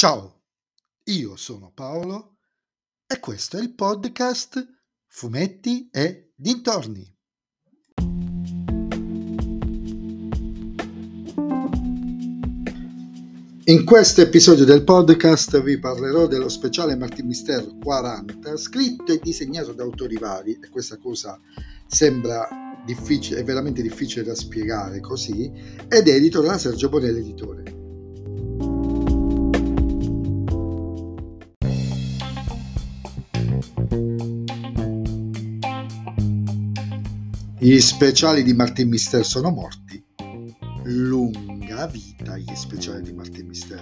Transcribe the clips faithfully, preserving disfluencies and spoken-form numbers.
Ciao, io sono Paolo e questo è il podcast Fumetti e Dintorni. In questo episodio del podcast vi parlerò dello speciale Martin Mister quaranta, scritto e disegnato da autori vari, e questa cosa sembra difficile, è veramente difficile da spiegare così, ed edito da Sergio Bonelli Editore. Gli speciali di Martin Mister sono morti. Lunga vita gli speciali di Martin Mister.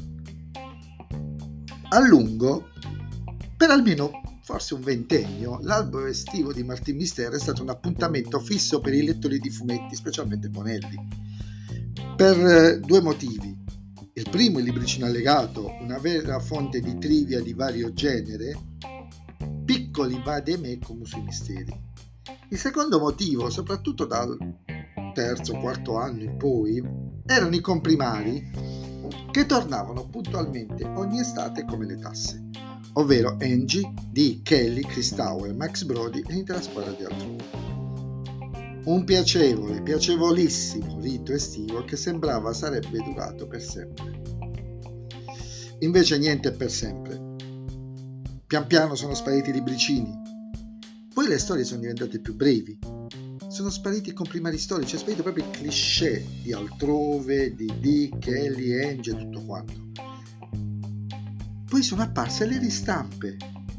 A lungo, per almeno forse un ventennio, l'albo estivo di Martin Mister è stato un appuntamento fisso per i lettori di fumetti, specialmente Bonelli, per due motivi. Il primo, il libricino allegato, una vera fonte di trivia di vario genere, piccoli vademecum sui misteri. Il secondo motivo, soprattutto dal terzo, quarto anno in poi, erano i comprimari che tornavano puntualmente ogni estate come le tasse, ovvero Angie, Dee, Kelly, Chris Tower, Max Brody e l'intera squadra di altrui. Un piacevole, piacevolissimo rito estivo che sembrava sarebbe durato per sempre. Invece niente per sempre. Pian piano sono spariti i libricini. Poi le storie sono diventate più brevi, sono spariti i comprimari storici, è sparito proprio il cliché di altrove, di Dee, Kelly, Angie e tutto quanto. Poi sono apparse le ristampe,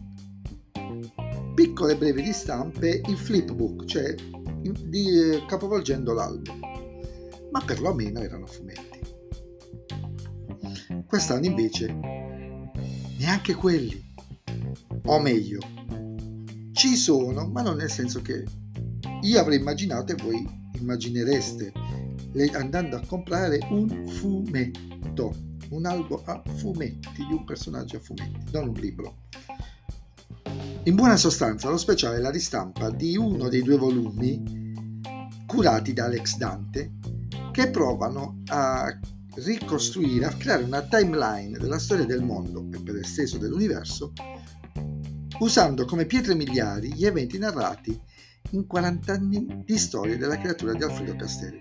piccole brevi ristampe in flipbook, cioè in, di, eh, capovolgendo l'albo, ma perlomeno erano fumetti. Quest'anno invece neanche quelli, o meglio, ci sono, ma non nel senso che io avrei immaginato e voi immaginereste, andando a comprare un fumetto, un albo a fumetti di un personaggio a fumetti, non un libro. In buona sostanza, lo speciale è la ristampa di uno dei due volumi curati da Alex Dante, che provano a ricostruire, a creare una timeline della storia del mondo e per esteso dell'universo, usando come pietre miliari gli eventi narrati in quaranta anni di storia della creatura di Alfredo Castelli.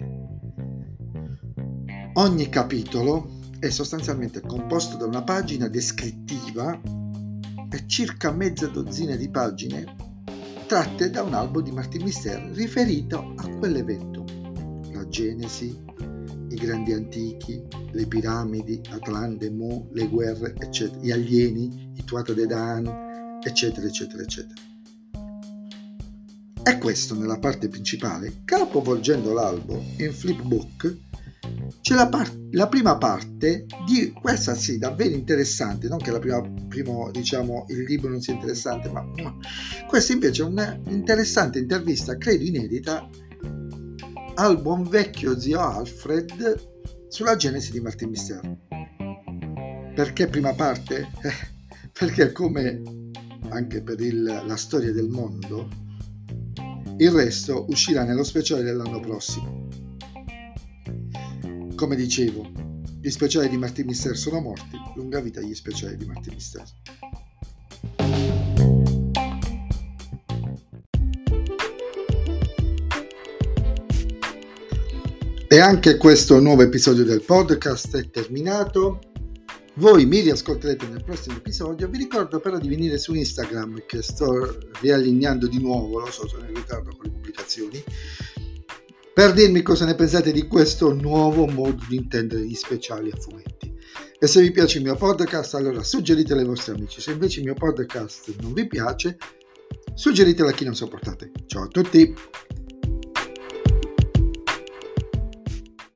Ogni capitolo è sostanzialmente composto da una pagina descrittiva e circa mezza dozzina di pagine tratte da un albo di Martin Mister riferito a quell'evento: la Genesi, i grandi antichi, le piramidi, Atlante, Mu, le guerre, eccetera, gli alieni, i Tuatha Dé Danann, eccetera eccetera eccetera. E questo nella parte principale. Capovolgendo l'albo in flipbook c'è la, par- la prima parte di questa, sì, davvero interessante, non che la prima primo, diciamo, il libro non sia interessante, ma questa invece è una interessante intervista, credo inedita, al buon vecchio zio Alfred sulla genesi di Martin Mister. Perché prima parte? Eh, perché come anche per il, la storia del mondo, il resto uscirà nello speciale dell'anno prossimo. Come dicevo, gli speciali di Martin Mister sono morti, lunga vita agli speciali di Martin Mister. E anche questo nuovo episodio del podcast è terminato. Voi mi riascolterete nel prossimo episodio. Vi ricordo però di venire su Instagram, che sto riallineando di nuovo, lo so, sono in ritardo con le pubblicazioni, per dirmi cosa ne pensate di questo nuovo modo di intendere gli speciali a fumetti. E se vi piace il mio podcast, allora suggeritelo ai vostri amici. Se invece il mio podcast non vi piace, suggeritelo a chi non sopportate. Ciao a tutti!